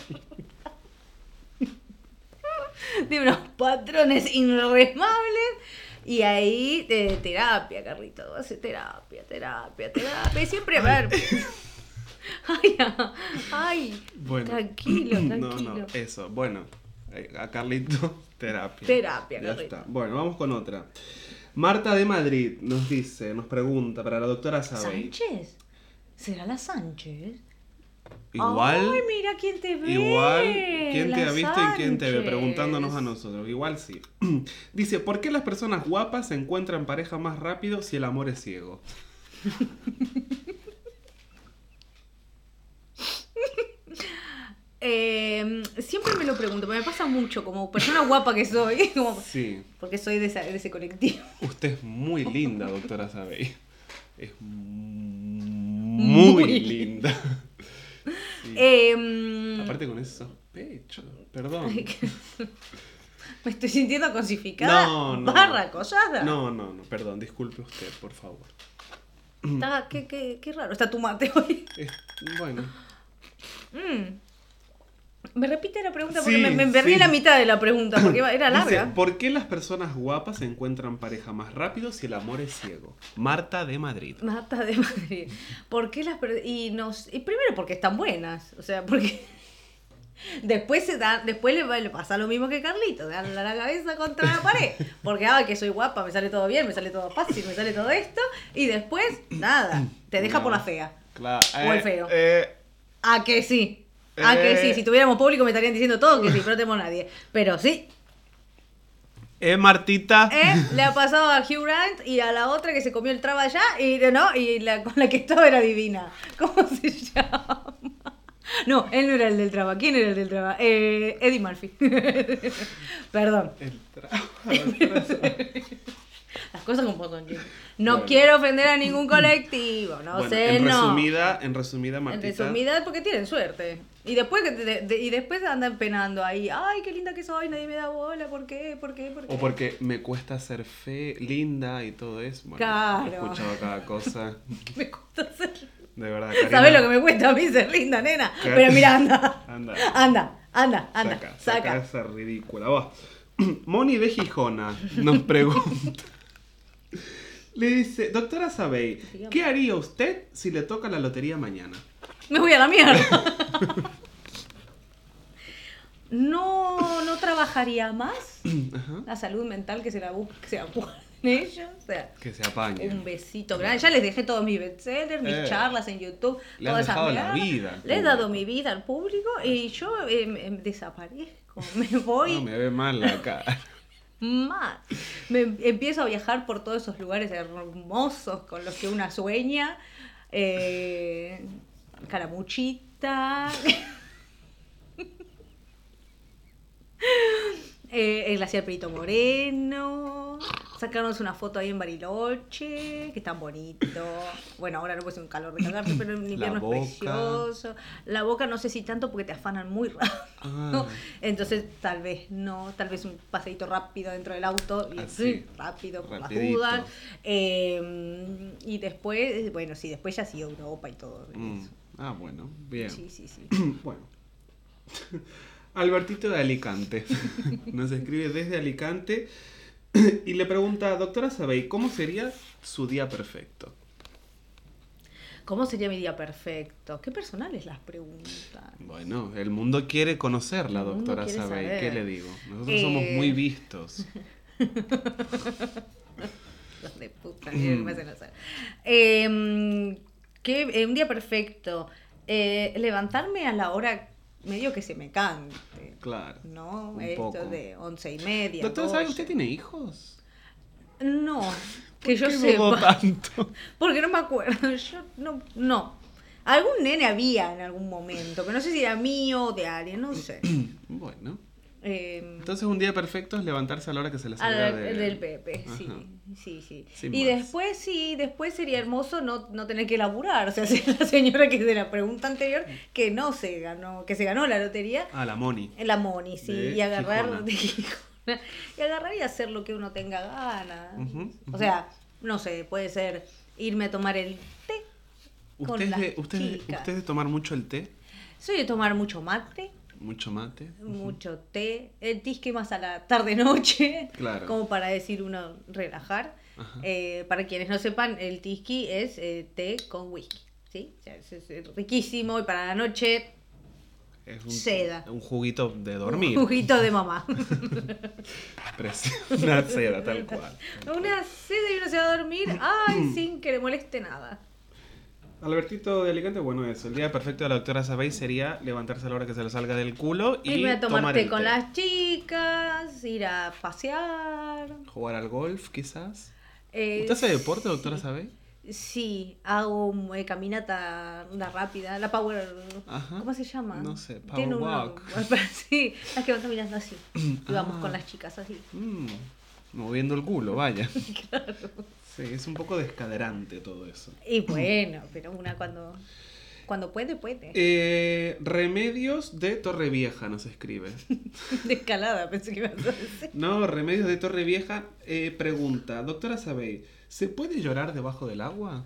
De unos patrones inremables. Y ahí, eh, terapia, Carlito, hace terapia, terapia, terapia. Y siempre, a ver. Ay, ah, ay, Bueno. tranquilo, No, tranquilo. no, eso. Bueno, eh, a Carlito, terapia. Terapia, Ya Carlito. está. Bueno, vamos con otra. Marta de Madrid nos dice, nos pregunta para la doctora Sabey. ¿Sánchez? ¿Será la Sánchez? Igual, Ay, mira quién te ve. igual, ¿quién te la ha visto y quién te ve? Sánchez. Preguntándonos a nosotros. Igual sí. Dice, ¿por qué las personas guapas se encuentran pareja más rápido si el amor es ciego? Eh, siempre me lo pregunto, porque me pasa mucho como persona guapa que soy, como- Sí. porque soy de, esa- de ese colectivo. Usted es muy linda, doctora Sabey. Es muy Muy linda. Sí. Eh, Aparte con esos pechos. Perdón. ay, que- me estoy sintiendo cosificada. No, no. Barra, acosada. No, no, no, perdón, disculpe usted, por favor. Está, qué, qué, qué raro está tu mate hoy. Es- bueno, Mm. Me repite la pregunta porque Sí, me, me perdí sí. la mitad de la pregunta porque iba- era dice, larga. ¿por qué las personas guapas se encuentran pareja más rápido si el amor es ciego? Marta de Madrid. Mata de Madrid. ¿Por qué las per- y nos y primero porque están buenas, o sea, porque después se da, después le, va- le pasa lo mismo que Carlito, se dan la cabeza contra la pared, porque ah, que soy guapa, me sale todo bien, me sale todo fácil, me sale todo esto y después nada, te deja No. por la fea. Claro. O el feo. eh, ¿A que sí? ¿A que Eh. sí? Si tuviéramos público me estarían diciendo todo que sí, pero no tenemos nadie. Pero sí, eh, Martita. ¿eh? Le ha pasado a Hugh Grant y a la otra que se comió el traba allá y no, y la con la que estaba era divina. ¿Cómo se llama? No, él no era el del traba. ¿Quién era el del traba? Eh, Eddie Murphy. Perdón. El trabajo. Las cosas como son, chicos. No Bueno. quiero ofender a ningún colectivo. No Bueno, sé, en no. resumida, en resumida, En Martita. resumida, porque tienen suerte. Y después, que de- de- y después andan penando ahí. Ay, qué linda que soy, nadie me da bola. ¿Por qué? ¿Por qué? ¿Por qué? O porque me cuesta ser fe, linda y todo eso. Bueno, Claro. he escuchado cada cosa. Me cuesta ser. De verdad, Karina. ¿Sabes lo que me cuesta a mí ser linda, nena? ¿Qué? Pero mira, anda. Anda. Anda, anda, anda. Saca, Saca. saca esa ridícula. Va. Moni de Gijona nos pregunta. Le dice, doctora Sabey, Dígame. ¿qué haría usted si le toca la lotería mañana? Me voy a la mierda. No, no trabajaría más Ajá. la salud mental que se la busquen, que se la busquen ellos. O sea, Que se apañe. un besito grande. Ya les dejé todos mis bestsellers, mis Eh. charlas en YouTube, Le has toda esa dejado la mierda. vida al Le he dado público. mi vida al público y yo eh, me- me desaparezco. Me voy No me ve mal la cara. más. Me empiezo a viajar por todos esos lugares hermosos con los que una sueña. Eh, Calamuchita. Eh, el glaciar Perito Moreno, sacarnos una foto ahí en Bariloche, que es tan bonito. Bueno, ahora no puede ser un calor de cagarse, pero en invierno Boca. es precioso. La Boca no sé si tanto porque te afanan muy rápido. Ah. Entonces tal vez no, tal vez un paseíto rápido dentro del auto y Así, sí, rápido por las rapidito. dudas. Eh, y después, bueno, sí, después ya sí Europa y todo Mm. eso. Ah, bueno, bien. Sí, sí, sí. Bueno. Albertito de Alicante nos escribe desde Alicante y le pregunta, doctora Sabey, ¿cómo sería su día perfecto? ¿Cómo sería mi día perfecto? Qué personales las preguntas. Bueno, el mundo quiere conocerla, El mundo doctora quiere Sabey. saber. ¿Qué le digo? Nosotros Eh. somos muy vistos. Los de puta, mira que me hacen hacer. Eh, ¿qué- eh, un día perfecto. Eh, levantarme a la hora medio que se me cante. Claro. ¿No? un Esto poco. de once y media. Doctora Sabey, doce. ¿usted tiene hijos? No, que yo ¿Qué dudó sepa. tanto? Porque no me acuerdo. Yo no, no. Algún nene había en algún momento, que no sé si era mío o de alguien, no sé. Bueno. Eh, Entonces un día perfecto es levantarse a la hora que se le a salga la- de... del Pepe, Ajá. sí, sí, sí. Sin Y más. después sí, después sería hermoso no, no tener que laburar. O sea, si la señora que de la pregunta anterior que no se ganó, que se ganó la lotería, Ah, la Moni. la Moni, sí, De y agarrar Gijona. de Gijona, y agarrar y hacer lo que uno tenga ganas. Ujú, O ujú. sea, no sé, puede ser irme a tomar el té con ¿Usted es, las de, usted, es de- chicas. usted es de tomar mucho el té? Soy de tomar mucho mate, Mucho mate. mucho té, el tisque más a la tarde-noche, Claro. como para decir uno relajar. Ajá. Eh, para quienes no sepan, el tisqui es eh, té con whisky, ¿sí? O sea, es, es riquísimo y para la noche Es un, seda. un juguito de dormir. un juguito de mamá. Preci- Una seda, tal cual. Una seda y uno se va a dormir, ay, sin que le moleste nada. Albertito de Alicante, bueno, eso. El día perfecto de la doctora Sabey sería levantarse a la hora que se le salga del culo y Irme a tomar tomar té el con té. las chicas, ir a pasear. Jugar al golf, quizás. Eh, ¿Usted hace deporte, doctora Sabey? Sí, hago eh, caminata una rápida, la power, Ajá. ¿cómo se llama? No sé, power Tiene un walk. nombre. Sí, las que van caminando así. Y vamos Ah. con las chicas así. Mm, moviendo el culo, vaya. Sí, es un poco descaderante todo eso. Y bueno, pero una cuando cuando puede, puede. Eh, Remedios de Torrevieja nos escribe. De escalada, pensé que ibas a decir. No, Remedios de Torrevieja eh, pregunta, doctora Sabey, ¿se puede llorar debajo del agua?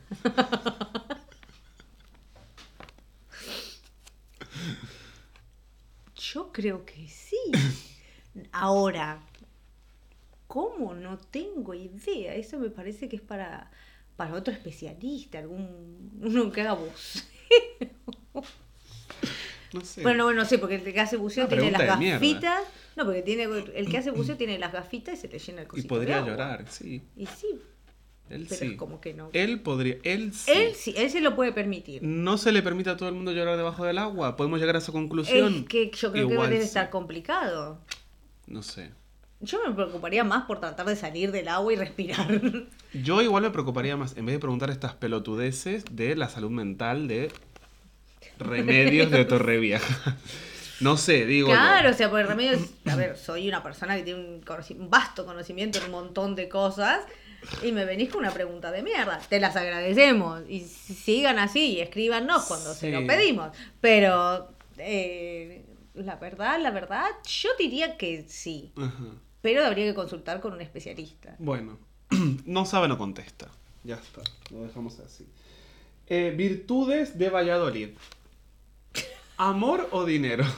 Yo creo que sí. Ahora, ¿cómo? No tengo idea. Eso me parece que es para, para otro especialista, algún uno que haga buceo. No sé. Bueno, bueno, no sé, porque el que hace buceo Una tiene las pregunta de mierda. gafitas. No, porque tiene el que hace buceo tiene las gafitas y se le llena el y cosito podría de agua. llorar, sí. Y sí, Él pero sí. es como que no. Él podría, él sí. Él sí, él se lo puede permitir. ¿No se le permite a todo el mundo llorar debajo del agua? ¿Podemos llegar a esa conclusión? Es que yo creo Igual que debe sí. estar complicado. No sé. Yo me preocuparía más por tratar de salir del agua y respirar. Yo igual me preocuparía más, en vez de preguntar estas pelotudeces, de la salud mental de Remedios de Torrevieja. No sé, digo Claro, yo. o sea, por el remedio es, a ver, soy una persona que tiene un, conoci- un vasto conocimiento en un montón de cosas y me venís con una pregunta de mierda. Te las agradecemos y si- sigan así y escríbanos cuando se Sí. lo pedimos. Pero eh, la verdad, la verdad, yo diría que sí, Ajá. pero habría que consultar con un especialista. Bueno, no sabe, no contesta. Ya está, lo dejamos así. Eh, virtudes de Valladolid. ¿Amor o dinero?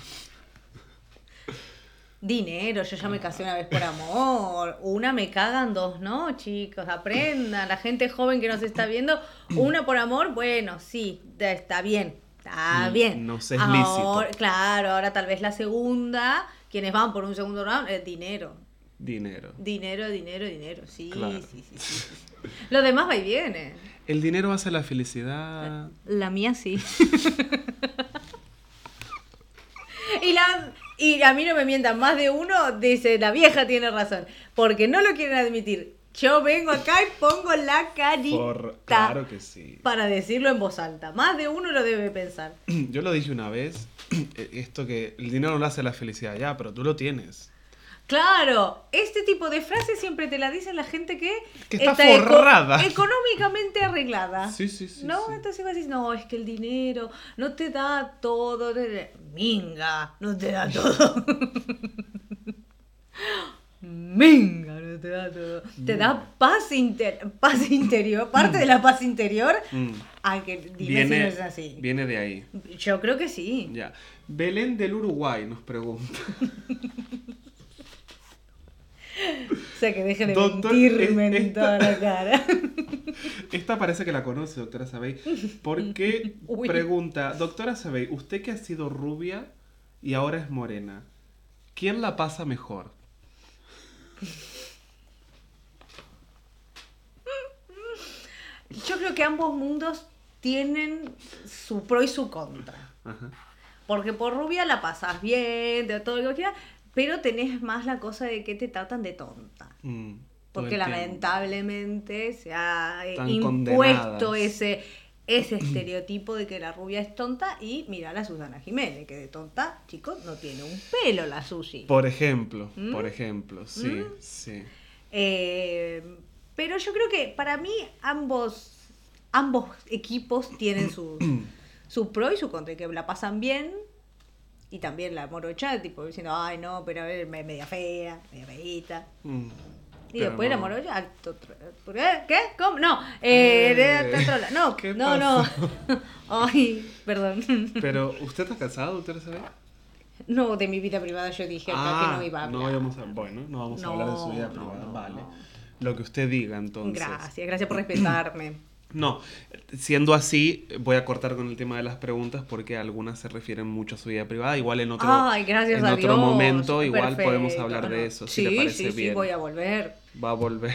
Dinero, yo ya me casé una vez por amor. Una me cagan, dos no, chicos, aprendan. La gente joven que nos está viendo, una por amor, bueno, sí, da- está bien, está Mm, bien. no sé, es Ahora- lícito. Claro, ahora tal vez la segunda, quienes van por un segundo round, es dinero. Dinero. Dinero, dinero, dinero, sí, Claro. sí, sí, sí, sí. Lo demás va y viene. ¿El dinero hace la felicidad? La mía sí. Y, la, y a mí no me mientan, más de uno dice, la vieja tiene razón, porque no lo quieren admitir. Yo vengo acá y pongo la carita Por... Claro que sí. para decirlo en voz alta. Más de uno lo debe pensar. Yo lo dije una vez, esto que el dinero no hace la felicidad, ya, pero tú lo tienes. Claro, este tipo de frases siempre te la dicen la gente que, Que está eco- forrada. económicamente arreglada. Sí, sí, sí. ¿No? sí. Entonces vos decís, no, es que el dinero no te da todo. te- Minga, no te da todo. Minga, no te da todo. Te da paz, inter- paz interior, parte de la paz interior. Mm. Aunque dime si no Viene, es así. viene de ahí. Yo creo que sí. Ya. Belén del Uruguay nos pregunta. O sea, que deje de Doctor, mentirme es- en esta- toda la cara. Esta parece que la conoce, doctora Sabey. Porque Uy. pregunta, doctora Sabey, usted que ha sido rubia y ahora es morena, ¿quién la pasa mejor? Yo creo que ambos mundos tienen su pro y su contra. Ajá. Porque por rubia la pasas bien, de todo lo que quieras, pero tenés más la cosa de que te tratan de tonta. Mm, todo Porque el tiempo. lamentablemente se ha eh, Están impuesto condenadas. ese ese estereotipo de que la rubia es tonta y mira a la Susana Jiménez, que de tonta, chicos, no tiene un pelo la Susi. Por ejemplo, ¿Mm? por ejemplo, sí, ¿Mm? sí. Eh, pero yo creo que para mí ambos, ambos equipos tienen su, su pro y su contra, y que la pasan bien. Y también la morocha, tipo, diciendo, ay, no, pero a ver, me- media fea, media feita. Mm. Y Pero después la no. morocha, alto tro- ¿qué? ¿Qué? ¿Cómo? No, eh, Eh, alto trola. No, ¿qué no, no. Ay, perdón. Pero, ¿usted está casado, doctora Sabey? No, de mi vida privada yo dije acá que no iba a hablar. no vamos a, bueno, no vamos a No, hablar de su vida no, privada, no, vale. no. Lo que usted diga, entonces. Gracias, gracias por respetarme. No, siendo así, voy a cortar con el tema de las preguntas porque algunas se refieren mucho a su vida privada. Igual en otro, Ay, gracias en a otro Dios. momento, igual Perfecto, podemos hablar de no. eso, si Sí, le parece sí, sí, bien. voy a volver. Va a volver.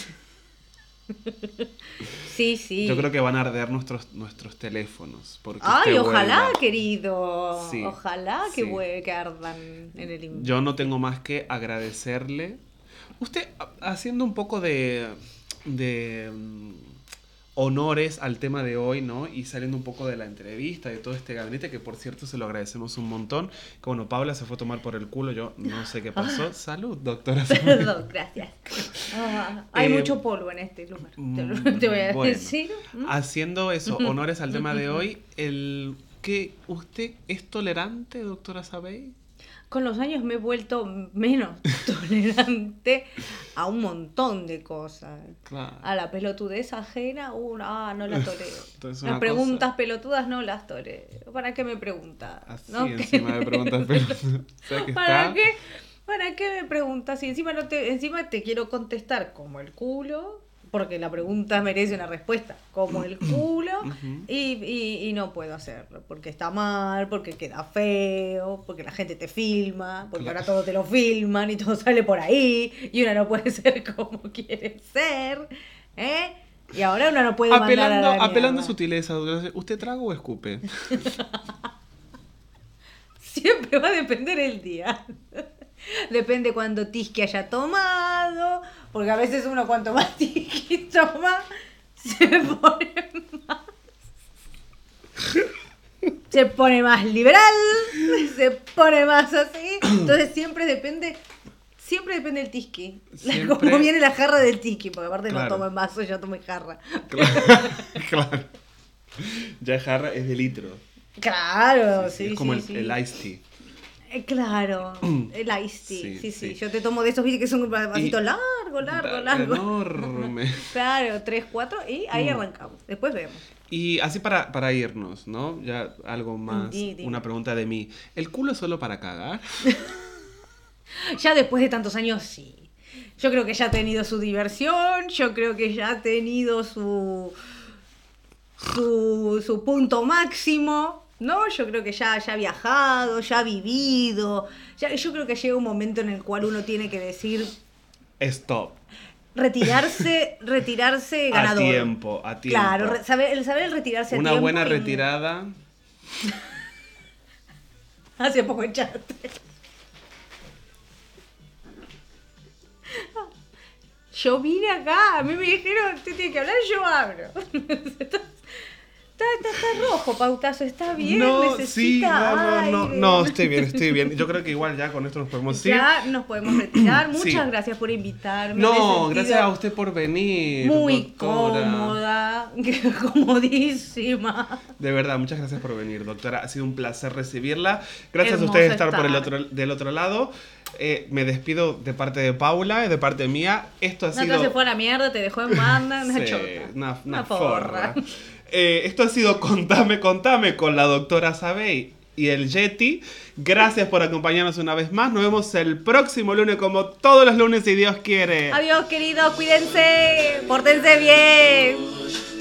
Sí, sí. Yo creo que van a arder nuestros, nuestros teléfonos. Porque Ay, usted ojalá, vuelva. querido. Sí, Ojalá que, sí. vue- que ardan en el invierno. Yo no tengo más que agradecerle. Usted, ha- haciendo un poco de, de mm, honores al tema de hoy, ¿no? Y saliendo un poco de la entrevista, de todo este gabinete, que por cierto se lo agradecemos un montón. Que bueno, Paula se fue a tomar por el culo, yo no sé qué pasó. Salud, doctora. Perdón, gracias. Ah, hay Eh, mucho polvo en este lugar. Te, lo- Mm, te voy a bueno, decir. ¿Mm? Haciendo eso, honores al tema de hoy, el que usted es tolerante, doctora Sabey. Con los años me he vuelto menos tolerante a un montón de cosas. Claro. A la pelotudez ajena, uh, ah, no la tolero. Entonces, Las una preguntas cosa- pelotudas no las tolero. ¿Para qué me preguntas? Así ¿No? encima de preguntas, pero o sea que ¿Para está. qué? ¿Para qué me preguntas? Y encima no te, encima te quiero contestar como el culo, porque la pregunta merece una respuesta como el culo, Ujú. y, y, y no puedo hacerlo, porque está mal, porque queda feo, porque la gente te filma, porque Claro. ahora todo te lo filman y todo sale por ahí, y una no puede ser como quiere ser, ¿eh? Y ahora una no puede mandar Apelando, a la apelando a mierda. sutileza, doctora Sabey, ¿usted traga o escupe? Siempre va a depender el día. Depende cuánto tisqui haya tomado, porque a veces uno cuanto más tisqui toma, se pone más... Se pone más liberal, se pone más así. Entonces siempre depende... Siempre depende del tisqui. Siempre- Como viene la jarra del tisqui, porque aparte Claro. no tomo en vaso, yo tomo en jarra. Claro. Claro. Ya jarra es de litro. Claro, sí, es sí, como el, sí. el iced tea. Eh, Claro, el ice tea, Sí, sí, sí, sí. Yo te tomo de esos, viste, que son vasitos Y- largo, largo, largo. Enorme. Claro, tres, cuatro, y ahí Mm. arrancamos. Después vemos. Y así para, para irnos, ¿no? Ya algo más, Di, di. una pregunta de mí. ¿El culo es solo para cagar? Ya después de tantos años, sí. Yo creo que ya ha tenido su diversión, yo creo que ya ha tenido su, su, su punto máximo, ¿no? Yo creo que ya, ya ha viajado, ya ha vivido. Ya, yo creo que llega un momento en el cual uno tiene que decir, Stop. retirarse, retirarse ganador. A tiempo, a tiempo. Claro, re- saber, el saber el retirarse a Una tiempo. buena y- retirada. Hace poco echaste. Yo vine acá, a mí me dijeron, usted tiene que hablar, yo hablo. Está, está, está rojo, Pautazo, está bien, No, sí, necesita no, no, no, aire. no, estoy bien, estoy bien. Yo creo que igual ya con esto nos podemos ir. Ya nos podemos retirar. Muchas Sí. gracias por invitarme. me he No, sentido gracias a usted por venir. Muy doctora. cómoda, comodísima. De verdad, muchas gracias por venir, doctora. Ha sido un placer recibirla. Gracias Hermoso a ustedes estar, por el estar. otro, del otro lado. Eh, me despido de parte de Paula y de parte mía. Esto ha No sido... te se fue a la mierda, te dejó en banda, una Sí, chota. una, una forra. forra. Eh, esto ha sido Contame, Contame con la doctora Sabey y el Yeti. Gracias por acompañarnos una vez más. Nos vemos el próximo lunes como todos los lunes si Dios quiere. Adiós, queridos, cuídense, pórtense bien.